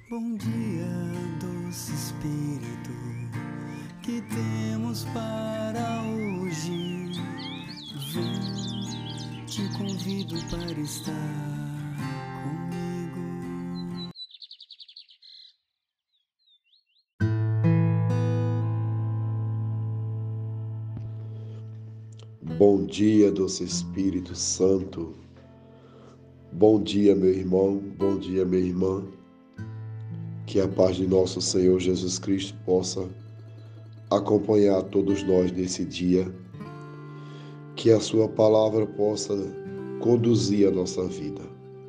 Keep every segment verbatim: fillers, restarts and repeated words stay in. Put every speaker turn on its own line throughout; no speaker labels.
Bom dia, doce Espírito, que temos para hoje. Vem, te convido para estar comigo.
Bom dia, doce Espírito Santo. Bom dia, meu irmão. Bom dia, minha irmã. Que a paz de nosso Senhor Jesus Cristo possa acompanhar todos nós nesse dia. Que a sua palavra possa conduzir a nossa vida.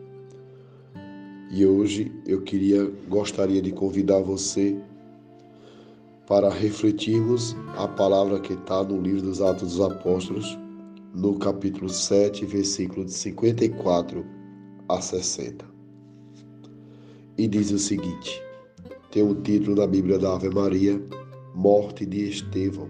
E hoje eu queria, gostaria de convidar você para refletirmos a palavra que está no livro dos Atos dos Apóstolos, no capítulo sete, versículo de cinquenta e quatro a sessenta. E diz o seguinte, tem o título na Bíblia da Ave Maria, Morte de Estevão.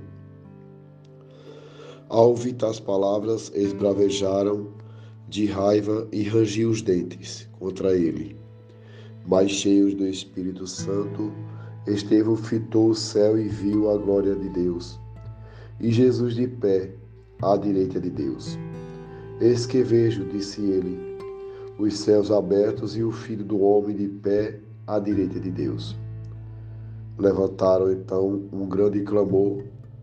Ao ouvir tais palavras, esbravejaram de raiva e rangiam os dentes contra ele. Mas cheios do Espírito Santo, Estevão fitou o céu e viu a glória de Deus, e Jesus de pé à direita de Deus. Eis que vejo, disse ele, os céus abertos e o Filho do Homem de pé à direita de Deus. Levantaram então um grande clamor,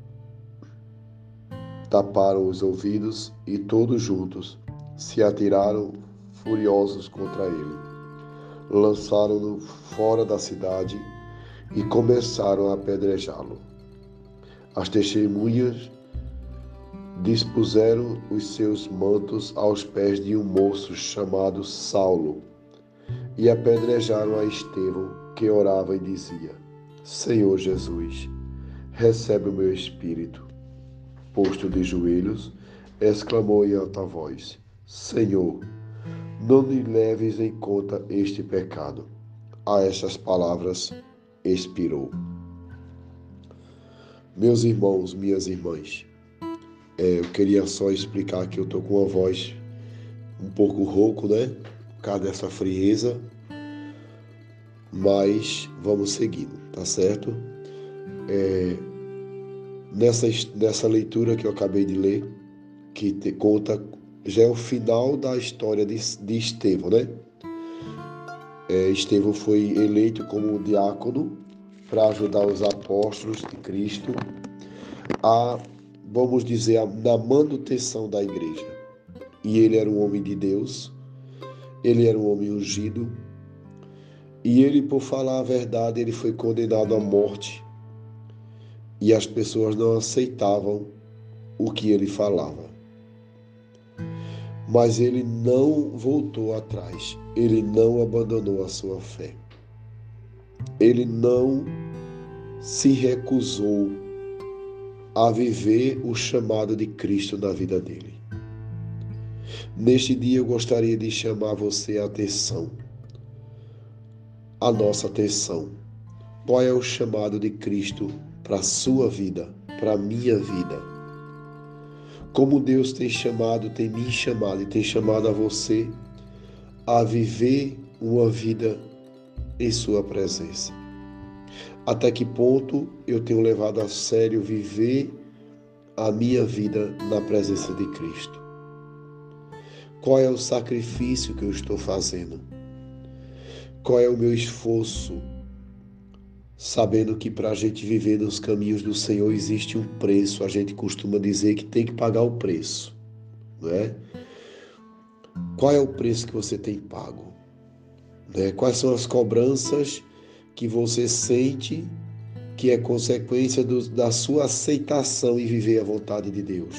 taparam os ouvidos e todos juntos se atiraram furiosos contra ele. Lançaram-no fora da cidade e começaram a apedrejá-lo. As testemunhas dispuseram os seus mantos aos pés de um moço chamado Saulo e apedrejaram a Estevão, que orava e dizia: Senhor Jesus, recebe o meu espírito. Posto de joelhos, exclamou em alta voz: Senhor, não me leves em conta este pecado. A estas palavras expirou. Meus irmãos, minhas irmãs, é, eu queria só explicar que eu estou com uma voz um pouco rouco, né? Por causa dessa frieza, mas vamos seguindo, tá certo? É, nessa, nessa leitura que eu acabei de ler, que te conta, já é o final da história de, de Estevão, né? É, Estevão foi eleito como diácono para ajudar os apóstolos de Cristo a, vamos dizer, a, na manutenção da igreja. E ele era um homem de Deus, ele era um homem ungido, e ele, por falar a verdade, ele foi condenado à morte. E as pessoas não aceitavam o que ele falava. Mas ele não voltou atrás, ele não abandonou a sua fé. Ele não se recusou a viver o chamado de Cristo na vida dele. Neste dia eu gostaria de chamar você a atenção, a nossa atenção. Qual é o chamado de Cristo para a sua vida, para a minha vida? Como Deus tem chamado, tem me chamado e tem chamado a você a viver uma vida em sua presença. Até que ponto eu tenho levado a sério viver a minha vida na presença de Cristo? Qual é o sacrifício que eu estou fazendo? Qual é o meu esforço? Sabendo que para a gente viver nos caminhos do Senhor existe um preço. A gente costuma dizer que tem que pagar o preço, não é? Qual é o preço que você tem pago? Né? Quais são as cobranças que você sente que é consequência do, da sua aceitação em viver a vontade de Deus?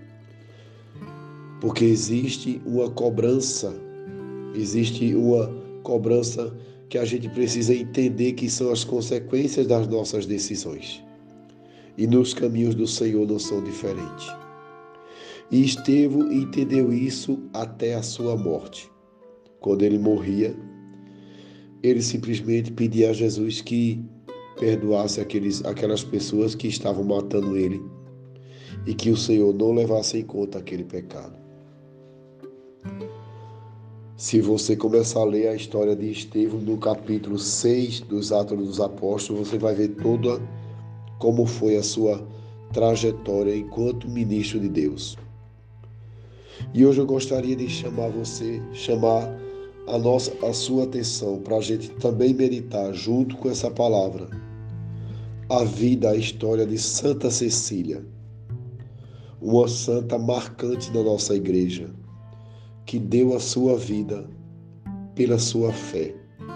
Porque existe uma cobrança, existe uma cobrança que a gente precisa entender que são as consequências das nossas decisões. E nos caminhos do Senhor não são diferentes. E Estevão entendeu isso até a sua morte. Quando ele morria, ele simplesmente pedia a Jesus que perdoasse aqueles, aquelas pessoas que estavam matando ele e que o Senhor não levasse em conta aquele pecado. Se você começar a ler a história de Estevão no capítulo seis dos Atos dos Apóstolos, você vai ver toda como foi a sua trajetória enquanto ministro de Deus. E hoje eu gostaria de chamar você, chamar a, nossa, a sua atenção para a gente também meditar junto com essa palavra a vida, a história de Santa Cecília, uma santa marcante da nossa igreja, que deu a sua vida pela sua fé.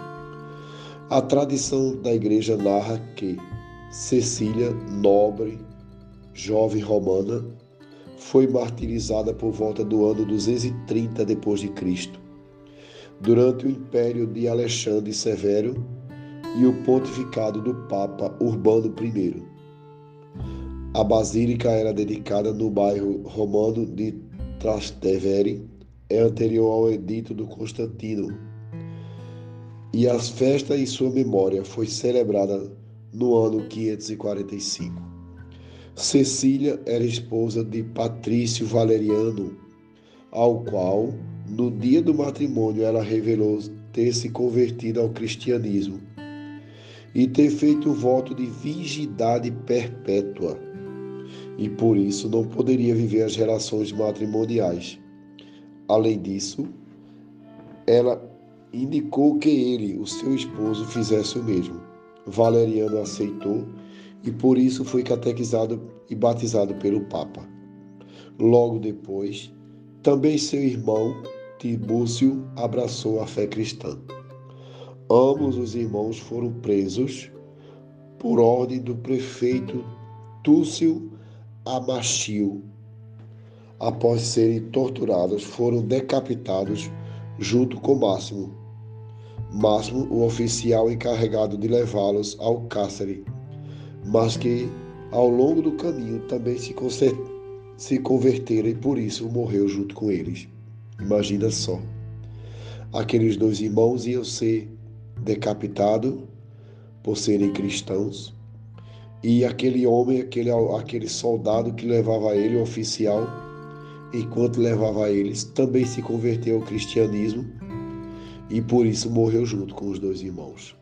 A tradição da igreja narra que Cecília, nobre, jovem romana, foi martirizada por volta do ano duzentos e trinta depois de Cristo, durante o império de Alexandre Severo e o pontificado do Papa Urbano I. A basílica era dedicada no bairro romano de Trastevere, é anterior ao edito do Constantino, e a festa em sua memória foi celebrada no ano quinhentos e quarenta e cinco. Cecília era esposa de Patrício Valeriano, ao qual, no dia do matrimônio, ela revelou ter se convertido ao cristianismo e ter feito o voto de virgindade perpétua, e por isso não poderia viver as relações matrimoniais. Além disso, ela indicou que ele, o seu esposo, fizesse o mesmo. Valeriano aceitou e por isso foi catequizado e batizado pelo Papa. Logo depois, também seu irmão, Tibúcio, abraçou a fé cristã. Ambos os irmãos foram presos por ordem do prefeito Túcio Amachio. Após serem torturados, foram decapitados junto com Máximo. Máximo, o oficial encarregado de levá-los ao cárcere, mas que, ao longo do caminho, também se, se converteram e por isso morreu junto com eles. Imagina só. Aqueles dois irmãos iam ser decapitados por serem cristãos, e aquele homem, aquele, aquele soldado que levava ele, o oficial, enquanto levava eles, também se converteu ao cristianismo e por isso morreu junto com os dois irmãos.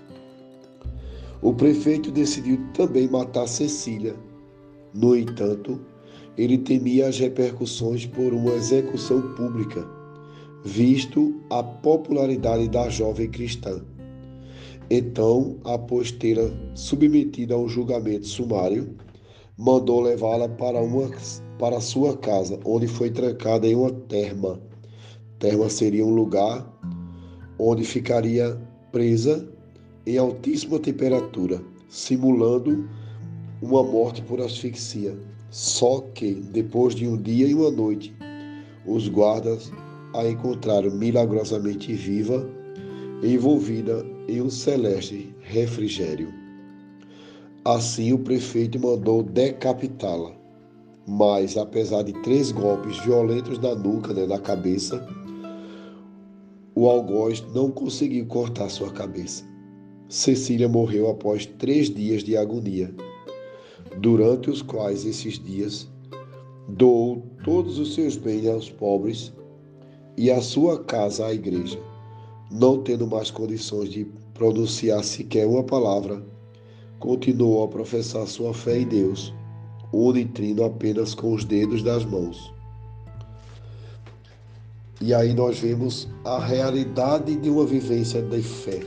O prefeito decidiu também matar Cecília. No entanto, ele temia as repercussões por uma execução pública, visto a popularidade da jovem cristã. Então, após tê-la submetida a um julgamento sumário, mandou levá-la para uma para sua casa, onde foi trancada em uma terma. Terma seria um lugar onde ficaria presa em altíssima temperatura, simulando uma morte por asfixia. Só que, depois de um dia e uma noite, os guardas a encontraram milagrosamente viva, envolvida em um celeste refrigério. Assim, o prefeito mandou decapitá-la. Mas, apesar de três golpes violentos na nuca, né, na cabeça, o algoz não conseguiu cortar sua cabeça. Cecília morreu após três dias de agonia, durante os quais esses dias doou todos os seus bens aos pobres e a sua casa à igreja. Não tendo mais condições de pronunciar sequer uma palavra, continuou a professar sua fé em Deus, unitrino apenas com os dedos das mãos. E aí nós vemos a realidade de uma vivência de fé.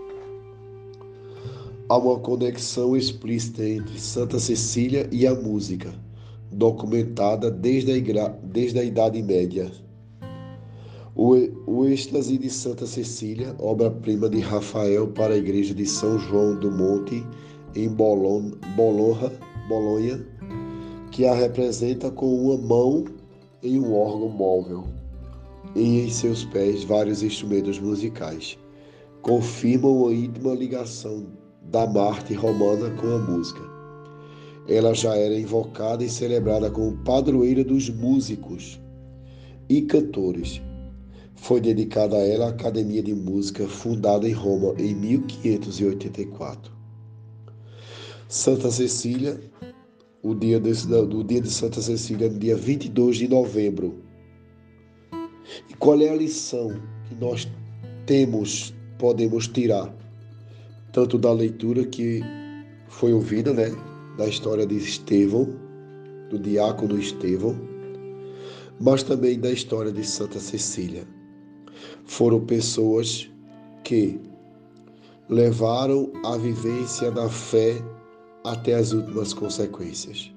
Há uma conexão explícita entre Santa Cecília e a música, documentada desde a, igra... desde a Idade Média. O, o êxtase de Santa Cecília, obra-prima de Rafael para a igreja de São João do Monte, em Bolon... Bolonha, Bolonha, que a representa com uma mão em um órgão móvel e em seus pés vários instrumentos musicais, confirmam a íntima ligação da Marte romana com a música. Ela já era invocada e celebrada como padroeira dos músicos e cantores. Foi dedicada a ela a Academia de Música, fundada em Roma em mil quinhentos e oitenta e quatro. Santa Cecília, o dia, desse, do dia de Santa Cecília, no dia vinte e dois de novembro. E qual é a lição que nós temos, podemos tirar, tanto da leitura que foi ouvida, né, da história de Estevão, do diácono Estevão, mas também da história de Santa Cecília. Foram pessoas que levaram a vivência da fé até as últimas consequências.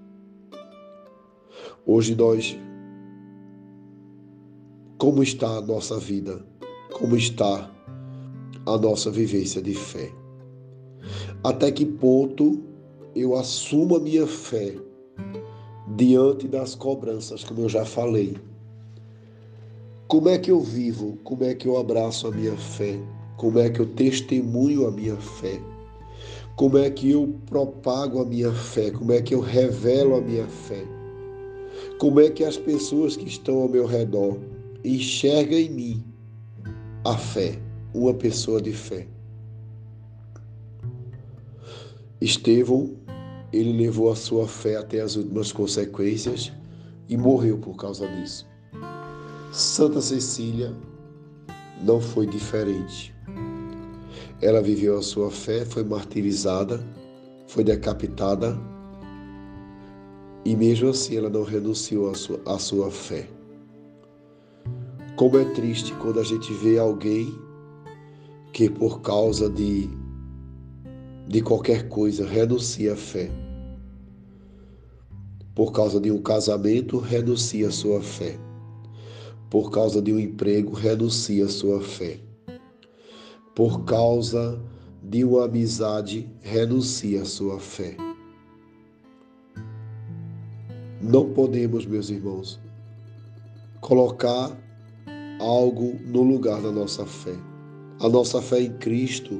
Hoje nós, como está a nossa vida? Como está a nossa vivência de fé? Até que ponto eu assumo a minha fé diante das cobranças, como eu já falei? Como é que eu vivo? Como é que eu abraço a minha fé? Como é que eu testemunho a minha fé? Como é que eu propago a minha fé? Como é que eu revelo a minha fé? Como é que as pessoas que estão ao meu redor enxergam em mim a fé, uma pessoa de fé? Estevão, ele levou a sua fé até as últimas consequências e morreu por causa disso. Santa Cecília não foi diferente. Ela viveu a sua fé, foi martirizada, foi decapitada e mesmo assim ela não renunciou à sua, à sua fé. Como é triste quando a gente vê alguém que por causa de, de qualquer coisa renuncia à fé. Por causa de um casamento, renuncia à sua fé. Por causa de um emprego, renuncia à sua fé. Por causa de uma amizade, renuncia à sua fé. Não podemos, meus irmãos, colocar algo no lugar da nossa fé. A nossa fé em Cristo,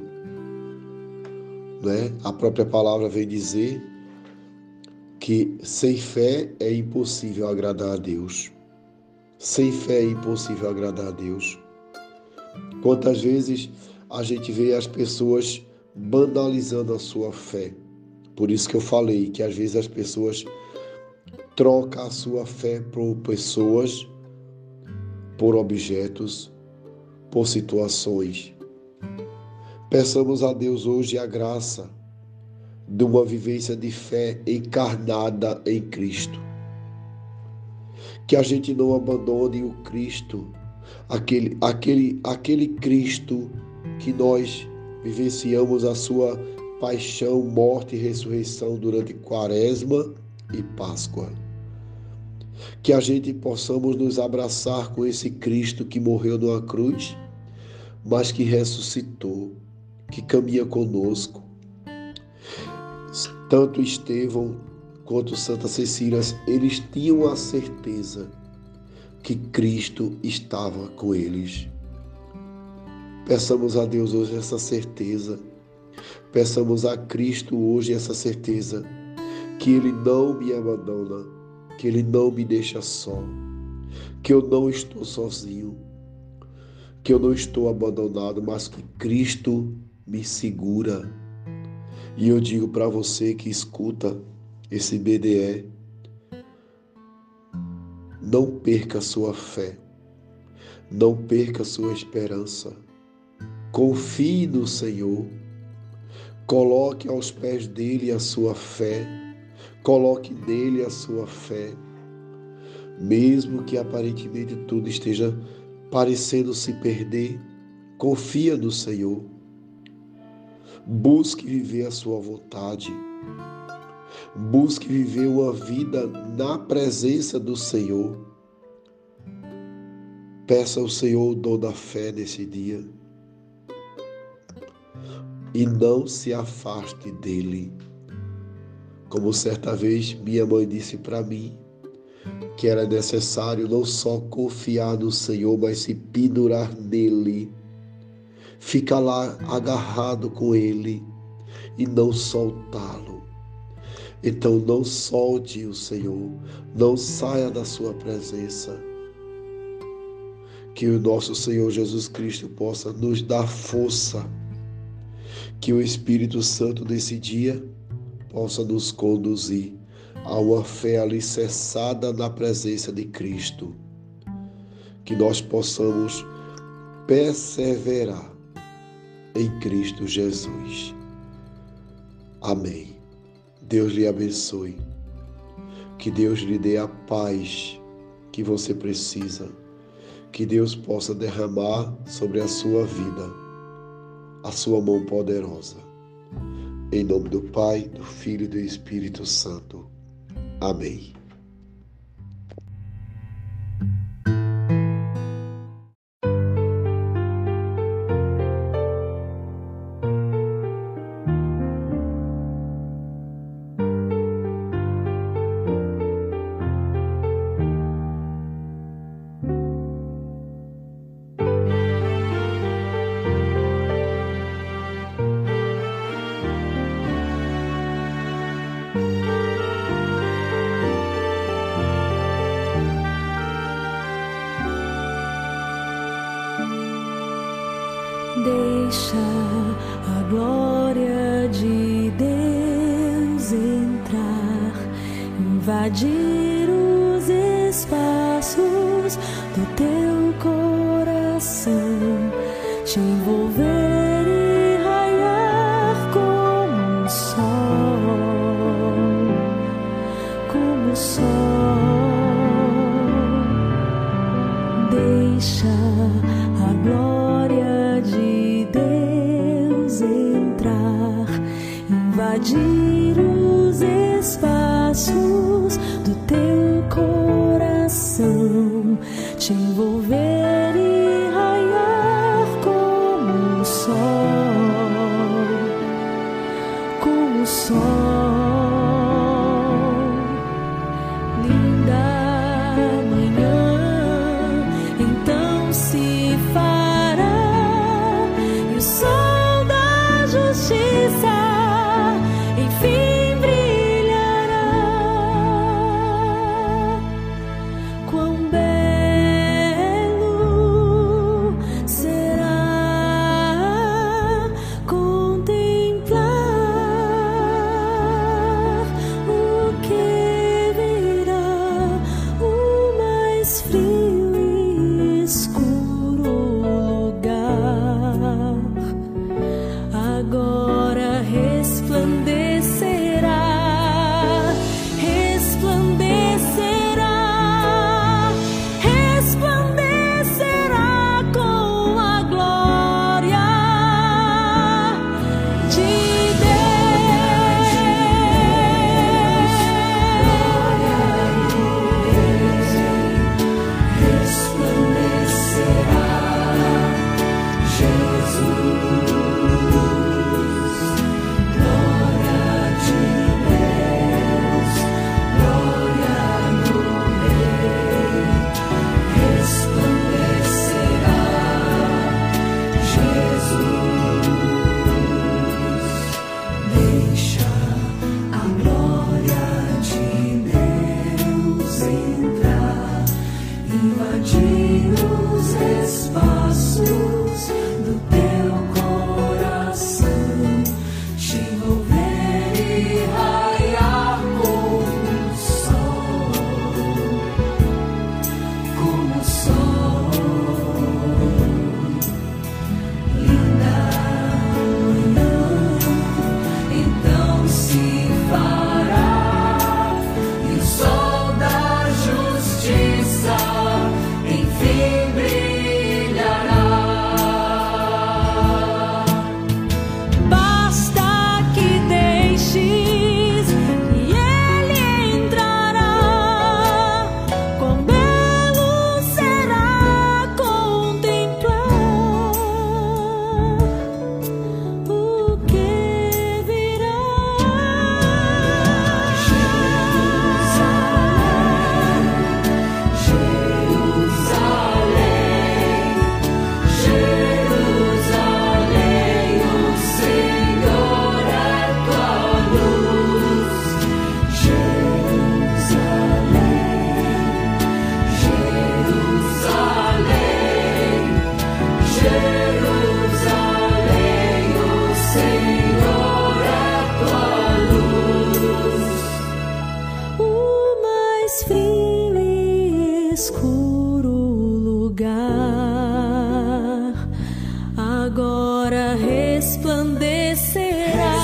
né? A própria palavra vem dizer que sem fé é impossível agradar a Deus. Sem fé é impossível agradar a Deus. Quantas vezes a gente vê as pessoas banalizando a sua fé. Por isso que eu falei que às vezes as pessoas trocam a sua fé por pessoas, por objetos, por situações. Peçamos a Deus hoje a graça de uma vivência de fé encarnada em Cristo. Que a gente não abandone o Cristo, aquele, aquele, aquele Cristo que nós vivenciamos a sua paixão, morte e ressurreição durante Quaresma e Páscoa. Que a gente possamos nos abraçar com esse Cristo que morreu numa cruz, mas que ressuscitou, que caminha conosco. Tanto Estevão quanto Santa Cecília, eles tinham a certeza que Cristo estava com eles. Peçamos a Deus hoje essa certeza. Peçamos a Cristo hoje essa certeza que Ele não me abandona, que Ele não me deixa só, que eu não estou sozinho, que eu não estou abandonado, mas que Cristo me segura. E eu digo para você que escuta esse B D E, não perca a sua fé, não perca a sua esperança. Confie no Senhor, coloque aos pés dele a sua fé, coloque nele a sua fé, mesmo que aparentemente tudo esteja parecendo se perder, confia no Senhor, busque viver a sua vontade, busque viver uma vida na presença do Senhor. Peça ao Senhor o dom da fé nesse dia e não se afaste dele. Como certa vez minha mãe disse para mim que era necessário não só confiar no Senhor, mas se pendurar nele, ficar lá agarrado com ele e não soltá-lo. Então não solte o Senhor, não saia da sua presença. Que o nosso Senhor Jesus Cristo possa nos dar força, que o Espírito Santo desse dia possa nos conduzir a uma fé alicerçada na presença de Cristo. Que nós possamos perseverar em Cristo Jesus. Amém. Deus lhe abençoe. Que Deus lhe dê a paz que você precisa. Que Deus possa derramar sobre a sua vida a sua mão poderosa. Em nome do Pai, do Filho e do Espírito Santo. Amém.
Deixa a glória de Deus entrar, invadir os espaços do teu coração, te envolver e raiar como o sol, como o sol. Deixa a glória de Deus entrar, invadir os espaços do teu coração, te envolver e raiar como o sol, como o sol. Linda manhã, então se fará, e o sol da justiça enfim brilhará. Quão belo será contemplar será.